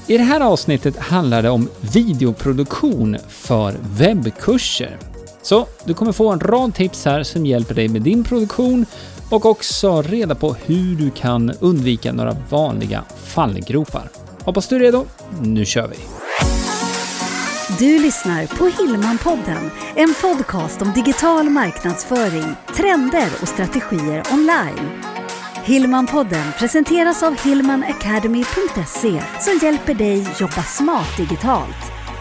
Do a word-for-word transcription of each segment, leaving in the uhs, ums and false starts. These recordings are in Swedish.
I det här avsnittet handlar det om videoproduktion för webbkurser. Så du kommer få en rad tips här som hjälper dig med din produktion och också reda på hur du kan undvika några vanliga fallgropar. Hoppas du är redo. Nu kör vi! Du lyssnar på Hillman-podden, en podcast om digital marknadsföring, trender och strategier online. Hillman-podden presenteras av hillman academy punkt se som hjälper dig jobba smart digitalt.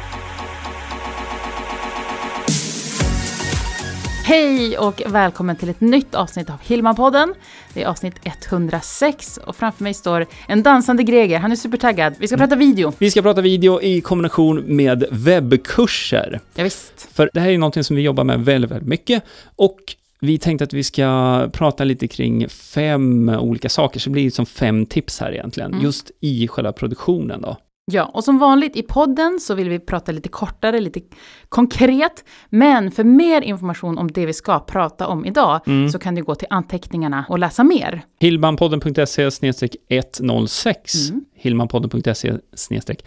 Hej och välkommen till ett nytt avsnitt av Hillman-podden. Det är avsnitt etthundrasex och framför mig står en dansande Greger. Han är supertaggad. Vi ska prata video. Vi ska prata video i kombination med webbkurser. Ja, visst. För det här är någonting som vi jobbar med väldigt, väldigt mycket. Och vi tänkte att vi ska prata lite kring fem olika saker. Så det blir som fem tips här egentligen. Mm. Just i själva produktionen då. Ja, och som vanligt i podden så vill vi prata lite kortare, lite konkret. Men för mer information om det vi ska prata om idag mm. så kan du gå till anteckningarna och läsa mer. hillmanpodden punkt se snedstreck etthundrasex mm. hillmanpodden punkt se snedstreck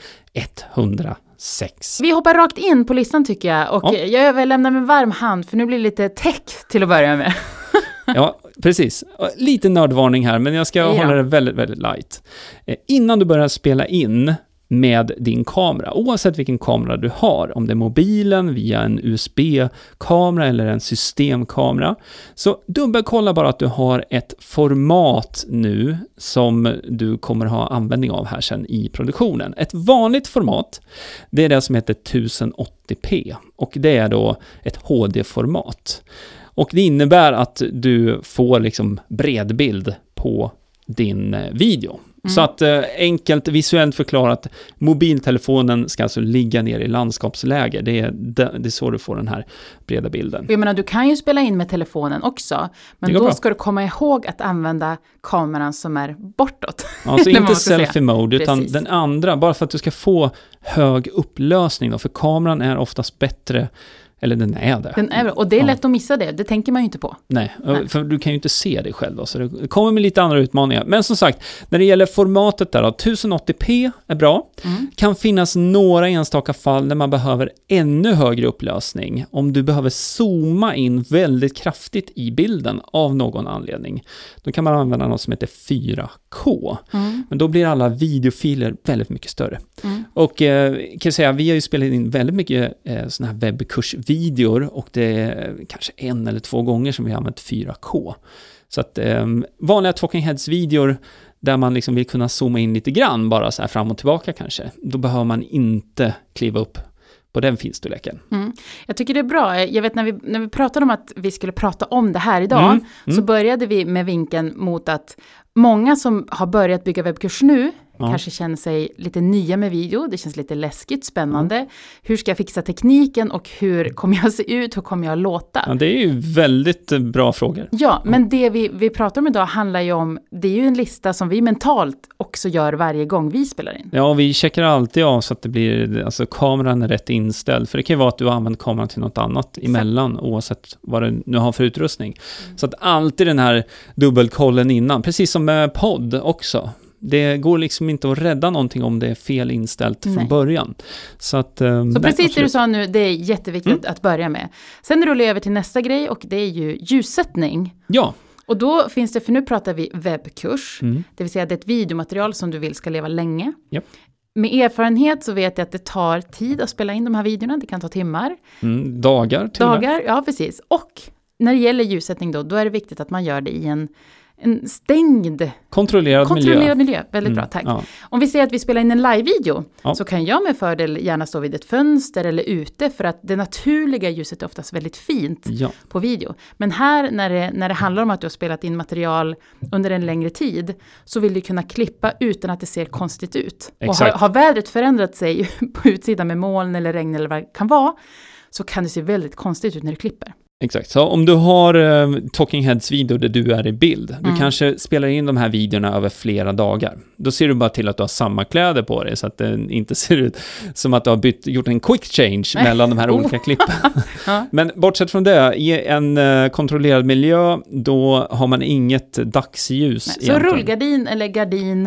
etthundrasex. Vi hoppar rakt in på listan tycker jag. Och ja. Jag överlämnar med varm hand för nu blir det lite tech till att börja med. Ja, precis. Lite nördvarning här, men jag ska ja. hålla det väldigt, väldigt light. Eh, innan du börjar spela in med din kamera, oavsett vilken kamera du har, om det är mobilen via en U S B-kamera eller en systemkamera, så dubbelkolla bara att du har ett format nu som du kommer ha användning av här sen i produktionen. Ett vanligt format, det är det som heter tusen åttio p och det är då ett H D-format. Och det innebär att du får liksom bredbild på din video. Mm. Så att eh, enkelt visuellt förklarat, mobiltelefonen ska alltså ligga ner i landskapsläge. Det är, det, det är så du får den här breda bilden. Jag menar, du kan ju spela in med telefonen också. Men då bra. Ska du komma ihåg att använda kameran som är bortåt. Alltså inte selfie mode utan Precis. Den andra. Bara för att du ska få hög upplösning då. För kameran är oftast bättre. Eller den är det. Den är, och det är lätt ja. att missa det. Det tänker man ju inte på. Nej, Nej, för du kan ju inte se det själv. Då, så det kommer med lite andra utmaningar. Men som sagt, när det gäller formatet där då, tusen åttio p är bra. Mm. Kan finnas några enstaka fall där man behöver ännu högre upplösning. Om du behöver zooma in väldigt kraftigt i bilden av någon anledning. Då kan man använda något som heter fyra K. Mm. Men då blir alla videofiler väldigt mycket större. Mm. Och eh, kan jag säga, vi har ju spelat in väldigt mycket eh, såna här webbkurs videor och det är kanske en eller två gånger som vi har använt fyra K. Så att eh, vanliga Talking Heads-videor där man liksom vill kunna zooma in lite grann bara så här fram och tillbaka kanske. Då behöver man inte kliva upp på den finstorleken. Mm. Jag tycker det är bra. Jag vet när vi, när vi pratade om att vi skulle prata om det här idag mm. Mm. så började vi med vinkeln mot att många som har börjat bygga webbkurs nu ja. kanske känner sig lite nya med video. Det känns lite läskigt, spännande. Mm. Hur ska jag fixa tekniken och hur kommer jag se ut? Hur kommer jag låta? Ja, det är ju väldigt bra frågor. Ja, men det vi, vi pratar om idag handlar ju om, det är ju en lista som vi mentalt också gör varje gång vi spelar in. Ja, vi checkar alltid av så att det blir, alltså kameran är rätt inställd. För det kan ju vara att du har använt kameran till något annat emellan, Exakt. Oavsett vad du nu har för utrustning. Mm. Så att alltid den här dubbelkollen innan, precis som med podd också. Det går liksom inte att rädda någonting om det är fel inställt Nej. Från början. Så, att, um, så nej, precis det du sa nu, det är jätteviktigt mm. att börja med. Sen rullar jag över till nästa grej och det är ju ljussättning. Ja. Och då finns det, för nu pratar vi webbkurs. Mm. Det vill säga det är ett videomaterial som du vill ska leva länge. Yep. Med erfarenhet så vet jag att det tar tid att spela in de här videorna. Det kan ta timmar. Mm, dagar till Dagar, ja precis. Och när det gäller ljussättning då, då är det viktigt att man gör det i en En stängd, kontrollerad, kontrollerad miljö. miljö. Väldigt mm, bra, tack. Ja. Om vi säger att vi spelar in en live-video ja. så kan jag med fördel gärna stå vid ett fönster eller ute för att det naturliga ljuset är oftast väldigt fint ja. På video. Men här när det, när det handlar om att du har spelat in material under en längre tid så vill du kunna klippa utan att det ser konstigt ut. Exakt. Och har, har vädret förändrat sig på utsidan med moln eller regn eller vad det kan vara så kan det se väldigt konstigt ut när du klipper. Exakt, så om du har uh, Talking Heads video där du är i bild, du mm. kanske spelar in de här videorna över flera dagar. Då ser du bara till att du har samma kläder på dig så att det inte ser ut som att du har bytt, gjort en quick change mellan de här olika oh. klippen. ja. Men bortsett från det, i en uh, kontrollerad miljö, då har man inget dagsljus. Nej, så rullgardin eller gardin...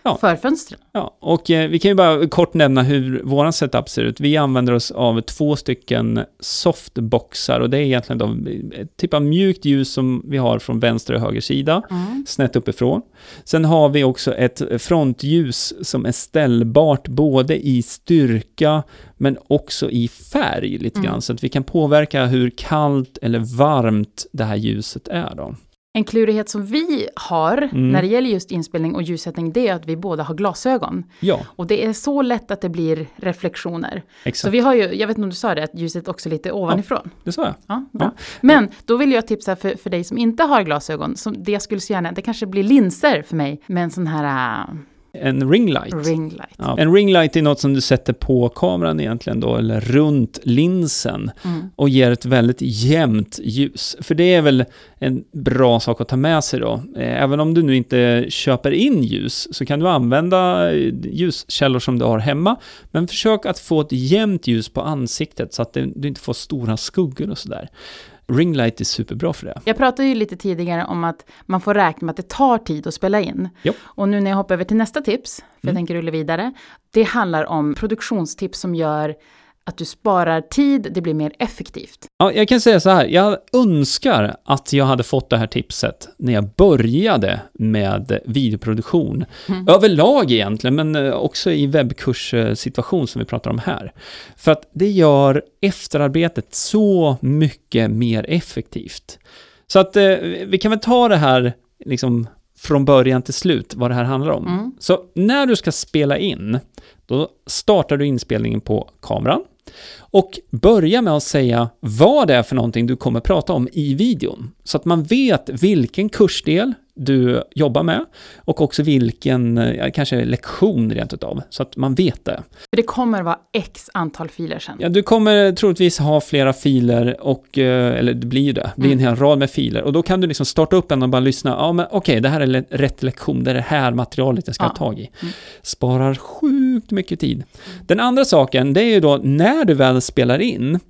ja. för fönstren. Ja, och eh, vi kan ju bara kort nämna hur våran setup ser ut. Vi använder oss av två stycken softboxar och det är egentligen då ett typ av mjukt ljus som vi har från vänster och höger sida, mm. snett uppifrån. Sen har vi också ett frontljus som är ställbart både i styrka men också i färg lite grann, mm. så att vi kan påverka hur kallt eller varmt det här ljuset är då. En klurighet som vi har mm. när det gäller just inspelning och ljussättning, det är att vi båda har glasögon. Ja. Och det är så lätt att det blir reflektioner. Exakt. Så vi har ju, jag vet inte om du sa det, att ljuset också lite ovanifrån. Ja, det sa jag. Ja, bra. Ja. Men då vill jag tipsa för, för dig som inte har glasögon, som det jag skulle så gärna, det kanske blir linser för mig med en sån här... Uh, En ringlight. ringlight. Ja. En ringlight är något som du sätter på kameran egentligen då, eller runt linsen mm. och ger ett väldigt jämnt ljus. För det är väl en bra sak att ta med sig då. Även om du nu inte köper in ljus så kan du använda ljuskällor som du har hemma. Men försök att få ett jämnt ljus på ansiktet så att du inte får stora skuggor och sådär. Ringlight är superbra för det. Jag pratade ju lite tidigare om att man får räkna med att det tar tid att spela in. Jo. Och nu när jag hoppar över till nästa tips, för mm. jag tänker rulla vidare. Det handlar om produktionstips som gör att du sparar tid, det blir mer effektivt. Ja, jag kan säga så här, jag önskar att jag hade fått det här tipset när jag började med videoproduktion. Mm. Överlag egentligen, men också i webbkurssituation som vi pratar om här. För att det gör efterarbetet så mycket mer effektivt. Så att eh, vi kan väl ta det här liksom från början till slut, vad det här handlar om. Mm. Så när du ska spela in, då startar du inspelningen på kameran. Och börja med att säga vad det är för någonting du kommer prata om i videon. Så att man vet vilken kursdel du jobbar med och också vilken, kanske lektion rent utav. Så att man vet det. Det kommer vara x antal filer sen. Ja, du kommer troligtvis ha flera filer och, eller det blir det. Det blir en hel rad med filer. Och då kan du liksom starta upp en och bara lyssna. Ja, men okej, okay, det här är rätt lektion. Det är det här materialet jag ska ja. ha tag i. Mm. Sparar sjukt mycket tid. Mm. Den andra saken, det är ju då när du väl spelar in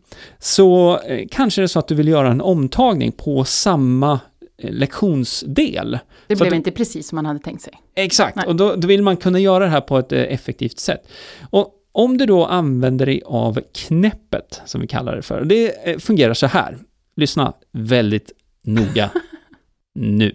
så eh, kanske det är så att du vill göra en omtagning på samma lektionsdel. Det så blev att, inte precis som man hade tänkt sig. Exakt, Nej. och då, då vill man kunna göra det här på ett eh, effektivt sätt. Och om du då använder dig av knäppet, som vi kallar det för, det eh, fungerar så här. Lyssna väldigt noga nu.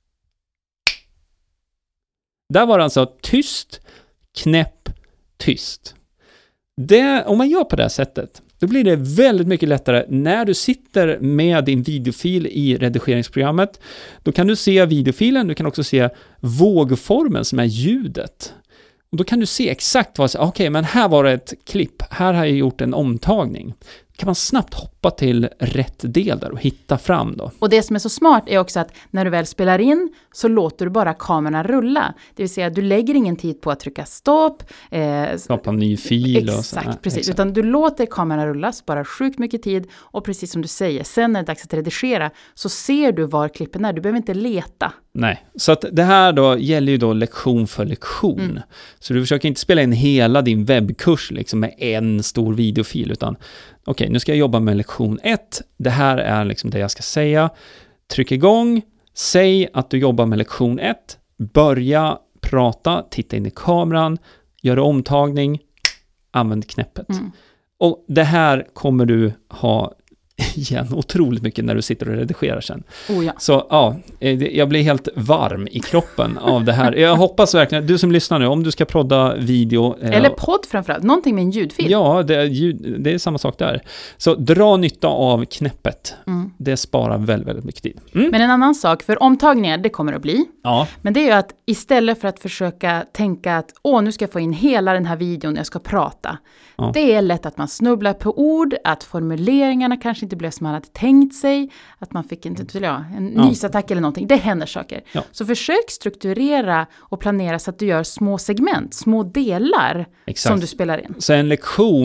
Där var det alltså tyst, knäpp, tyst. Det, om man gör på det här sättet, då blir det väldigt mycket lättare när du sitter med din videofil i redigeringsprogrammet. Då kan du se videofilen, du kan också se vågformen som är ljudet. Och då kan du se exakt vad, okej, okay, men här var det ett klipp, här har jag gjort en omtagning. Kan man snabbt hoppa till rätt del där och hitta fram då. Och det som är så smart är också att när du väl spelar in så låter du bara kameran rulla. Det vill säga du lägger ingen tid på att trycka stopp. Eh, Skapa en ny fil. Exakt, och så. Ja, precis. Exakt. Utan du låter kameran rulla, sparar sjukt mycket tid. Och precis som du säger, sen när det är dags att redigera så ser du var klippen är. Du behöver inte leta. Nej, så att det här då gäller ju då lektion för lektion. Mm. Så du försöker inte spela in hela din webbkurs liksom med en stor videofil, utan okej, okay, nu ska jag jobba med lektion ett. Det här är liksom det jag ska säga. Tryck igång, säg att du jobbar med lektion ett. Börja prata, titta in i kameran, gör omtagning, använd knäppet. Mm. Och det här kommer du ha igen otroligt mycket när du sitter och redigerar sen. Oh ja. Så ja, jag blir helt varm i kroppen av det här. Jag hoppas verkligen, du som lyssnar nu, om du ska prodda video. Eller podd framförallt, någonting med en ljudfil. Ja, det är, ljud, det är samma sak där. Så dra nytta av knäppet. Mm. Det sparar väldigt, väldigt mycket tid. Mm. Men en annan sak, för omtagningar, det kommer att bli. Ja. Men det är ju att istället för att försöka tänka att åh, nu ska jag få in hela den här videon när jag ska prata. Ja. Det är lätt att man snubblar på ord, att formuleringarna kanske inte blev som man hade tänkt sig, att man fick en, ja, en ja. nysattack eller någonting. Det händer saker. Ja. Så försök strukturera och planera så att du gör små segment, små delar Exakt. som du spelar in. Så en lektion,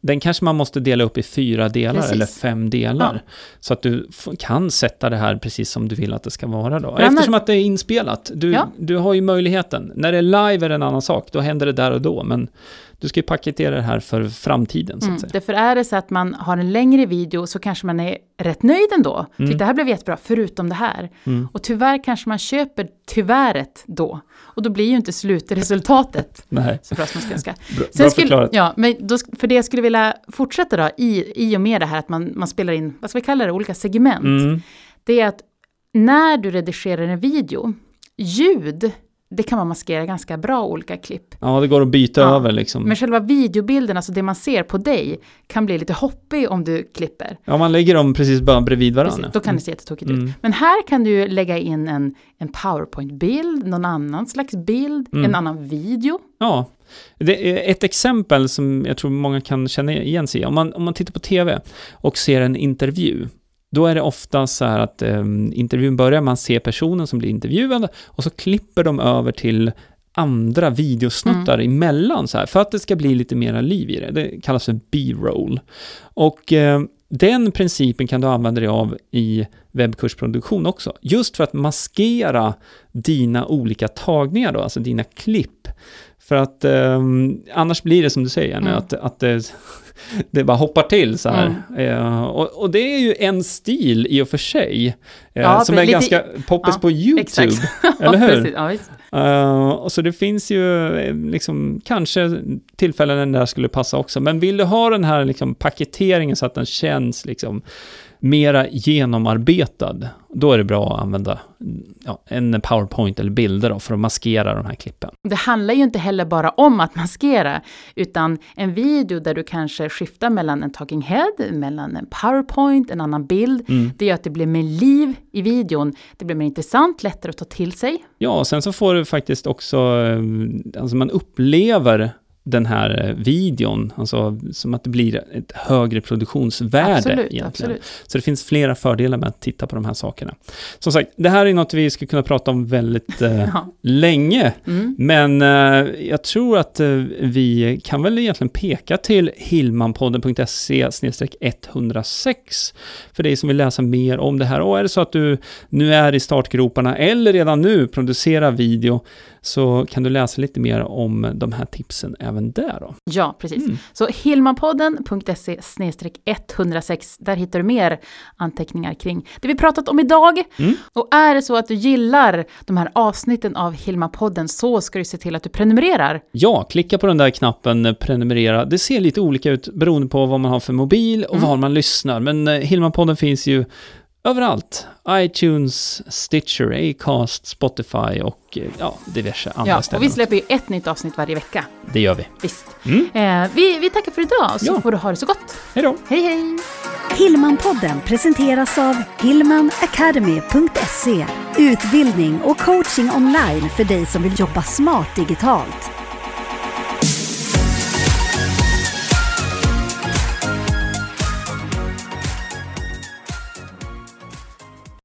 den kanske man måste dela upp i fyra delar precis. Eller fem delar. Ja. Så att du f- kan sätta det här precis som du vill att det ska vara då. Eftersom Eftersom att det är inspelat. Du, ja. du har ju möjligheten. När det är live är det en annan sak. Då händer det där och då. Men du ska ju paketera det här för framtiden. Så att säga. Mm, därför är det så att man har en längre video så kanske man är rätt nöjd ändå. Mm. Tyck, det här blev jättebra, förutom det här. Mm. Och tyvärr kanske man köper tyvärret då. Och då blir ju inte slutresultatet Nej. så bra som man ska önska. Bra, bra förklarat. Ja, men då, för det jag skulle vilja fortsätta då, i, i och med det här att man, man spelar in, vad ska vi kalla det, olika segment. Mm. Det är att när du redigerar en video, ljud, det kan man maskera ganska bra olika klipp. Ja, det går att byta ja. över liksom. Men själva videobilden, alltså det man ser på dig, kan bli lite hoppig om du klipper. Ja, man lägger dem precis bara bredvid varandra. Precis, då kan det se jättetokigt mm. ut. Men här kan du lägga in en, en PowerPoint-bild, någon annan slags bild, mm. en annan video. Ja, det är ett exempel som jag tror många kan känna igen sig i. Om man, om man tittar på tv och ser en intervju, då är det ofta så här att eh, intervjun börjar, man ser personen som blir intervjuad och så klipper de över till andra videosnuttar mm. emellan så här, för att det ska bli lite mera liv i det. Det kallas för B-roll. Och eh, den principen kan du använda dig av i webbkursproduktion också. Just för att maskera dina olika tagningar då, alltså dina klipp. För att eh, annars blir det som du säger, mm. att, att det, det bara hoppar till så här. Mm. Eh, och, och det är ju en stil i och för sig eh, ja, som är lite, ganska poppis ja, på YouTube. Eller hur? Precis, ja, visst. Uh, och så det finns ju liksom, kanske tillfällen där skulle passa också. Men vill du ha den här liksom, paketeringen så att den känns liksom, mera genomarbetad, då är det bra att använda ja, en PowerPoint eller bilder då, för att maskera de här klippen. Det handlar ju inte heller bara om att maskera, utan en video där du kanske skiftar mellan en talking head, mellan en PowerPoint, en annan bild. Mm. Det gör att det blir mer liv i videon. Det blir mer intressant, lättare att ta till sig. Ja, och sen så får du faktiskt också, alltså man upplever den här videon, alltså som att det blir ett högre produktionsvärde absolut, egentligen. Absolut. Så det finns flera fördelar med att titta på de här sakerna. Som sagt, det här är något vi ska kunna prata om väldigt eh, ja. länge, mm. men eh, jag tror att eh, vi kan väl egentligen peka till hillmanpodden punkt se slash ett noll sex för dig som vill läsa mer om det här. Och är det så att du nu är i startgroparna eller redan nu producerar video, så kan du läsa lite mer om de här tipsen även där då. Ja, precis. Mm. Så hillmanpodden punkt se slash ett noll sex, där hittar du mer anteckningar kring det vi pratat om idag. Mm. Och är det så att du gillar de här avsnitten av Hillmanpodden, så ska du se till att du prenumererar. Ja, klicka på den där knappen prenumerera. Det ser lite olika ut beroende på vad man har för mobil och mm. var man lyssnar. Men Hillmanpodden finns ju överallt. iTunes, Stitcher, Acast, Spotify och ja, diverse andra ja, ställen. Och vi släpper ju ett nytt avsnitt varje vecka. Det gör vi. Visst. Mm. Eh, vi, vi tackar för idag, så ja. får du ha det så gott. Hej då. Hej, hej. Hillmanpodden presenteras av hillman academy punkt se. Utbildning och coaching online för dig som vill jobba smart digitalt.